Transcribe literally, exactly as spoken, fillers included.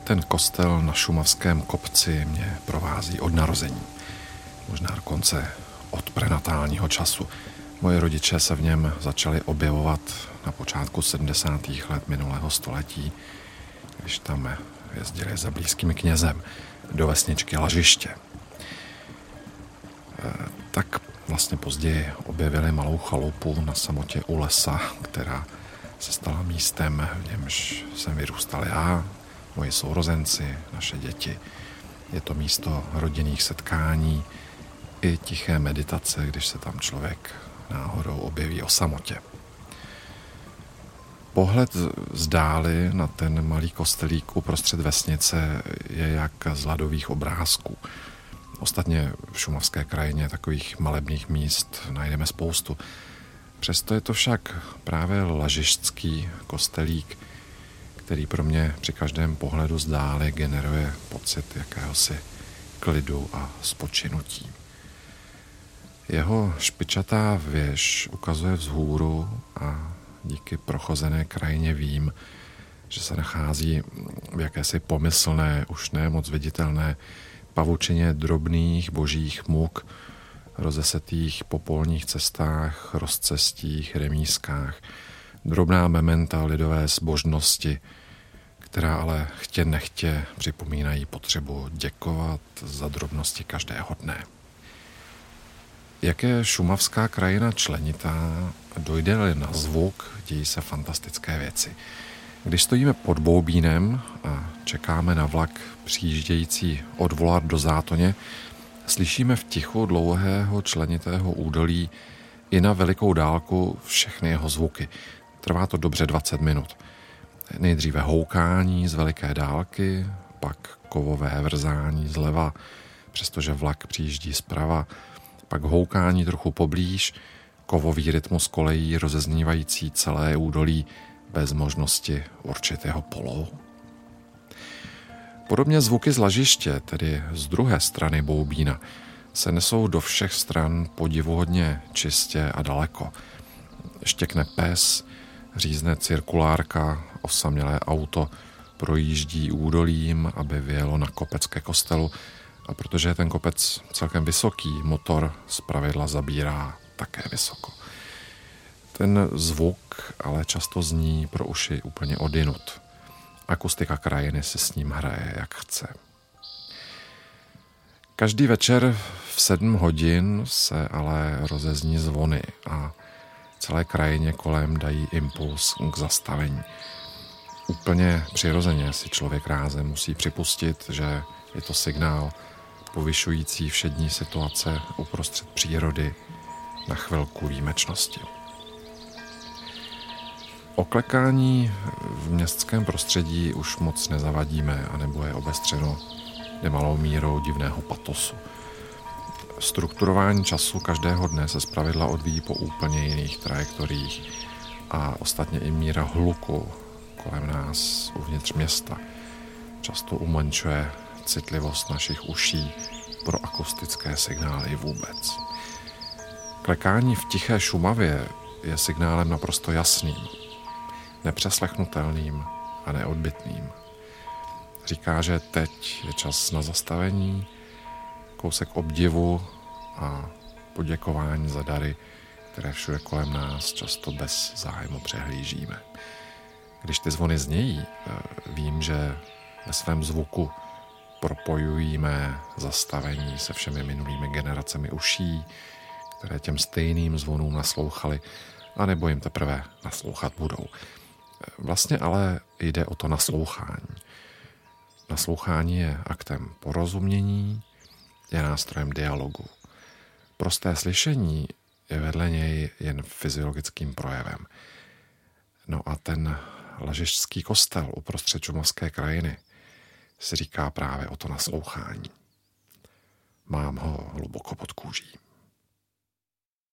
Ten kostel na šumavském kopci mě provází od narození. Možná dokonce od prenatálního času. Moje rodiče se v něm začali objevovat na počátku sedmdesátých let minulého století, když tam jezdili za blízkým knězem do vesničky Lažiště. Tak vlastně později objevili malou chalupu na samotě u lesa, která se stala místem, v němž jsem vyrůstal já, moji sourozenci, naše děti. Je to místo rodinných setkání i tiché meditace, když se tam člověk náhodou objeví o samotě. Pohled z dály na ten malý kostelík uprostřed vesnice je jak z ladových obrázků. Ostatně v šumavské krajině takových malebných míst najdeme spoustu. Přesto je to však právě lažištský kostelík, který pro mě při každém pohledu z dály generuje pocit jakéhosi klidu a spočinutí. Jeho špičatá věž ukazuje vzhůru a díky prochozené krajině vím, že se nachází v jakési pomyslné, už ne moc viditelné pavučině drobných božích muk, rozesetých po polních cestách, rozcestích, remízkách, drobná mementa lidové zbožnosti, která ale chtě nechtě připomínají potřebu děkovat za drobnosti každého dne. Jak je šumavská krajina členitá, dojde-li na zvuk, dějí se fantastické věci. Když stojíme pod Boubínem a čekáme na vlak přijíždějící od Volat do Zátoně, slyšíme v tichu dlouhého členitého údolí i na velikou dálku všechny jeho zvuky. Trvá to dobře dvacet minut. Nejdříve houkání z veliké dálky, pak kovové vrzání zleva, přestože vlak přijíždí zprava, pak houkání trochu poblíž, kovový rytmus kolejí rozeznívající celé údolí bez možnosti určitého polohu. Podobně zvuky z Lažiště, tedy z druhé strany Boubína, se nesou do všech stran podivuhodně čistě a daleko. Štěkne pes, řízne cirkulárka, osamělé auto projíždí údolím, aby vyjelo na kopec ke kostelu, a protože je ten kopec celkem vysoký, motor zpravidla zabírá také vysoko. Ten zvuk ale často zní pro uši úplně odjinud. Akustika krajiny si s ním hraje, jak chce. Každý večer v sedm hodin se ale rozezní zvony a celé krajině kolem dají impuls k zastavení. Úplně přirozeně si člověk rázem musí připustit, že je to signál povyšující všední situace uprostřed přírody na chvilku výjimečnosti. Oklekání v městském prostředí už moc nezavadíme, anebo je obestřeno nemalou mírou divného patosu. Strukturování času každého dne se zpravidla odvíjí po úplně jiných trajektoriích a ostatně i míra hluku kolem nás uvnitř města často umenšuje citlivost našich uší pro akustické signály vůbec. Klekání v tiché Šumavě je signálem naprosto jasným, nepřeslechnutelným a neodbytným. Říká, že teď je čas na zastavení, kousek obdivu a poděkování za dary, které všude kolem nás často bez zájmu přehlížíme. Když ty zvony znějí, vím, že ve svém zvuku propojují mé zastavení se všemi minulými generacemi uší, které těm stejným zvonům naslouchaly, anebo jim teprve naslouchat budou. Vlastně ale jde o to naslouchání. Naslouchání je aktem porozumění, je nástrojem dialogu. Prosté slyšení je vedle něj jen fyziologickým projevem. No a ten lažišský kostel uprostřed šumavské krajiny si říká právě o to naslouchání. Mám ho hluboko pod kůží.